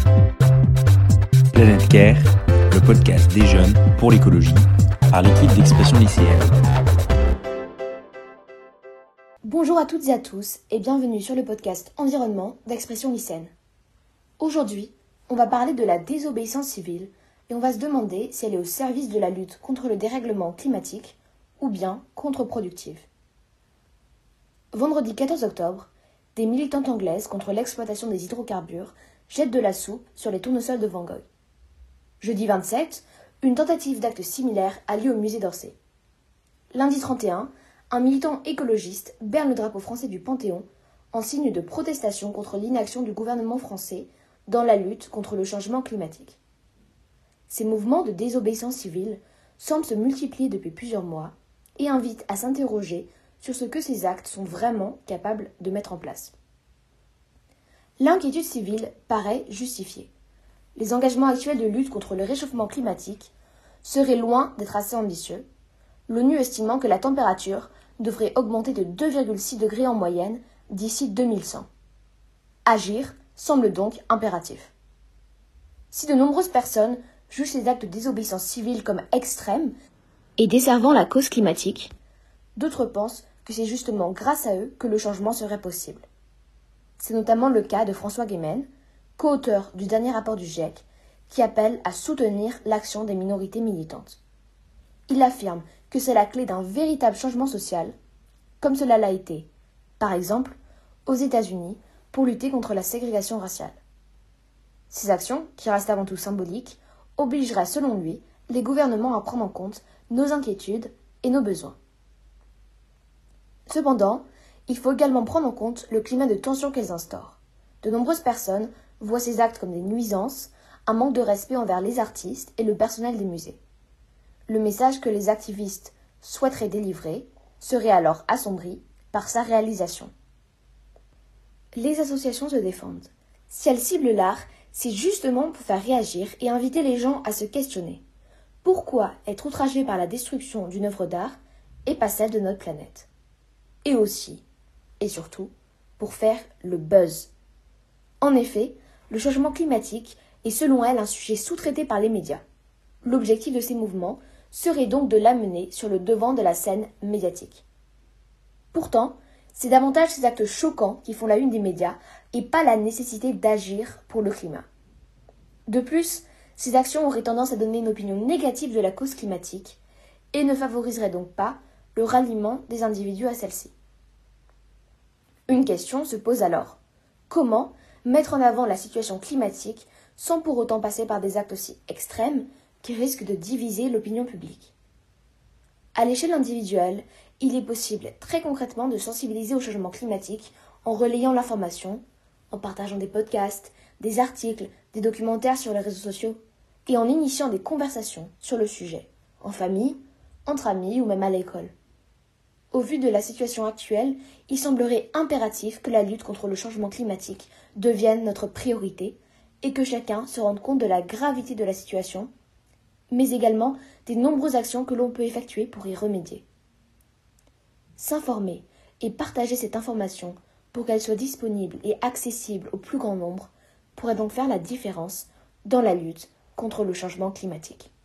Planète Care, le podcast des jeunes pour l'écologie, par l'équipe d'Expression lycéenne. Bonjour à toutes et à tous et bienvenue sur le podcast Environnement d'Expression lycéenne. Aujourd'hui, on va parler de la désobéissance civile et on va se demander si elle est au service de la lutte contre le dérèglement climatique ou bien contre-productive. Vendredi 14 octobre, des militantes anglaises contre l'exploitation des hydrocarbures jettent de la soupe sur les tournesols de Van Gogh. Jeudi 27, une tentative d'acte similaire a lieu au musée d'Orsay. Lundi 31, un militant écologiste berne le drapeau français du Panthéon en signe de protestation contre l'inaction du gouvernement français dans la lutte contre le changement climatique. Ces mouvements de désobéissance civile semblent se multiplier depuis plusieurs mois et invitent à s'interroger sur ce que ces actes sont vraiment capables de mettre en place. L'inquiétude civile paraît justifiée. Les engagements actuels de lutte contre le réchauffement climatique seraient loin d'être assez ambitieux, l'ONU estimant que la température devrait augmenter de 2,6 degrés en moyenne d'ici 2100. Agir semble donc impératif. Si de nombreuses personnes jugent ces actes de désobéissance civile comme extrêmes et desservant la cause climatique, d'autres pensent que c'est justement grâce à eux que le changement serait possible. C'est notamment le cas de François Guémen, co-auteur du dernier rapport du GIEC, qui appelle à soutenir l'action des minorités militantes. Il affirme que c'est la clé d'un véritable changement social, comme cela l'a été, par exemple, aux États-Unis, pour lutter contre la ségrégation raciale. Ces actions, qui restent avant tout symboliques, obligeraient selon lui les gouvernements à prendre en compte nos inquiétudes et nos besoins. Cependant, il faut également prendre en compte le climat de tension qu'elles instaurent. De nombreuses personnes voient ces actes comme des nuisances, un manque de respect envers les artistes et le personnel des musées. Le message que les activistes souhaiteraient délivrer serait alors assombri par sa réalisation. Les associations se défendent. Si elles ciblent l'art, c'est justement pour faire réagir et inviter les gens à se questionner. Pourquoi être outragé par la destruction d'une œuvre d'art et pas celle de notre planète ? Et aussi, et surtout, pour faire le buzz. En effet, le changement climatique est selon elle un sujet sous-traité par les médias. L'objectif de ces mouvements serait donc de l'amener sur le devant de la scène médiatique. Pourtant, c'est davantage ces actes choquants qui font la une des médias et pas la nécessité d'agir pour le climat. De plus, ces actions auraient tendance à donner une opinion négative de la cause climatique et ne favoriseraient donc pas le ralliement des individus à celle-ci. Une question se pose alors. Comment mettre en avant la situation climatique sans pour autant passer par des actes aussi extrêmes qui risquent de diviser l'opinion publique ? À l'échelle individuelle, il est possible très concrètement de sensibiliser au changement climatique en relayant l'information, en partageant des podcasts, des articles, des documentaires sur les réseaux sociaux et en initiant des conversations sur le sujet, en famille, entre amis ou même à l'école. Au vu de la situation actuelle, il semblerait impératif que la lutte contre le changement climatique devienne notre priorité et que chacun se rende compte de la gravité de la situation, mais également des nombreuses actions que l'on peut effectuer pour y remédier. S'informer et partager cette information pour qu'elle soit disponible et accessible au plus grand nombre pourrait donc faire la différence dans la lutte contre le changement climatique.